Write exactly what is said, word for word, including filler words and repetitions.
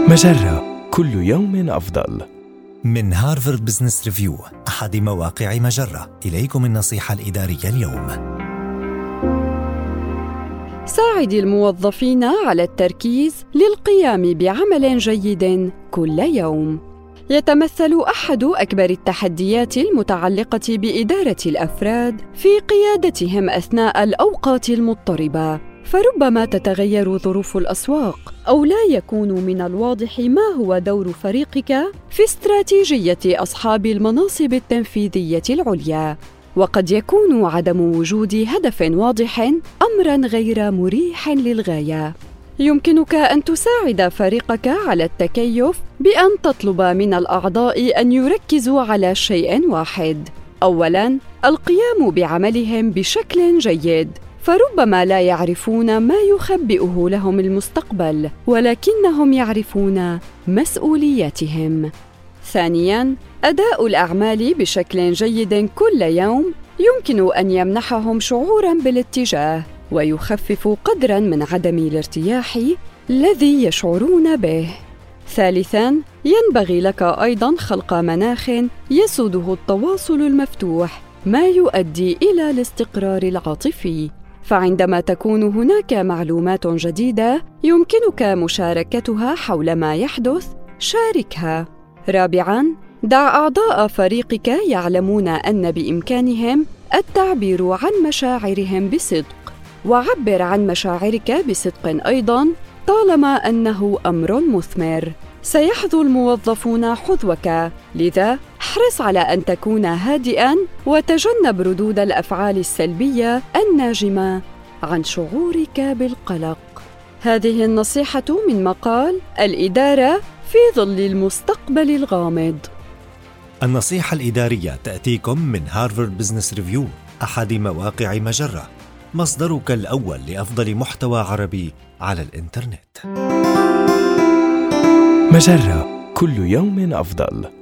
مجرة، كل يوم أفضل. من هارفارد بزنس ريفيو، أحد مواقع مجرة، إليكم النصيحة الإدارية اليوم. ساعد الموظفين على التركيز للقيام بعمل جيد كل يوم. يتمثل أحد أكبر التحديات المتعلقة بإدارة الأفراد في قيادتهم أثناء الأوقات المضطربة، فربما تتغير ظروف الأسواق، أو لا يكون من الواضح ما هو دور فريقك في استراتيجية أصحاب المناصب التنفيذية العليا. وقد يكون عدم وجود هدف واضح أمراً غير مريح للغاية. يمكنك أن تساعد فريقك على التكيف بأن تطلب من الأعضاء أن يركزوا على شيء واحد. أولاً، القيام بعملهم بشكل جيد، فربما لا يعرفون ما يخبئه لهم المستقبل، ولكنهم يعرفون مسؤولياتهم. ثانياً، أداء الأعمال بشكل جيد كل يوم يمكن أن يمنحهم شعوراً بالاتجاه، ويخفف قدراً من عدم الارتياح الذي يشعرون به. ثالثاً، ينبغي لك أيضاً خلق مناخ يسوده التواصل المفتوح، ما يؤدي إلى الاستقرار العاطفي. فعندما تكون هناك معلومات جديدة يمكنك مشاركتها حول ما يحدث، شاركها. رابعاً، دع أعضاء فريقك يعلمون أن بإمكانهم التعبير عن مشاعرهم بصدق، وعبر عن مشاعرك بصدق أيضاً طالما أنه أمر مثمر. سيحظو الموظفون حظوك، لذا احرص على أن تكون هادئاً وتجنب ردود الأفعال السلبية الناجمة عن شعورك بالقلق. هذه النصيحة من مقال الإدارة في ظل المستقبل الغامض. النصيحة الإدارية تأتيكم من هارفارد بزنس ريفيو، أحد مواقع مجرة، مصدرك الأول لأفضل محتوى عربي على الإنترنت. مجرة، كل يوم أفضل.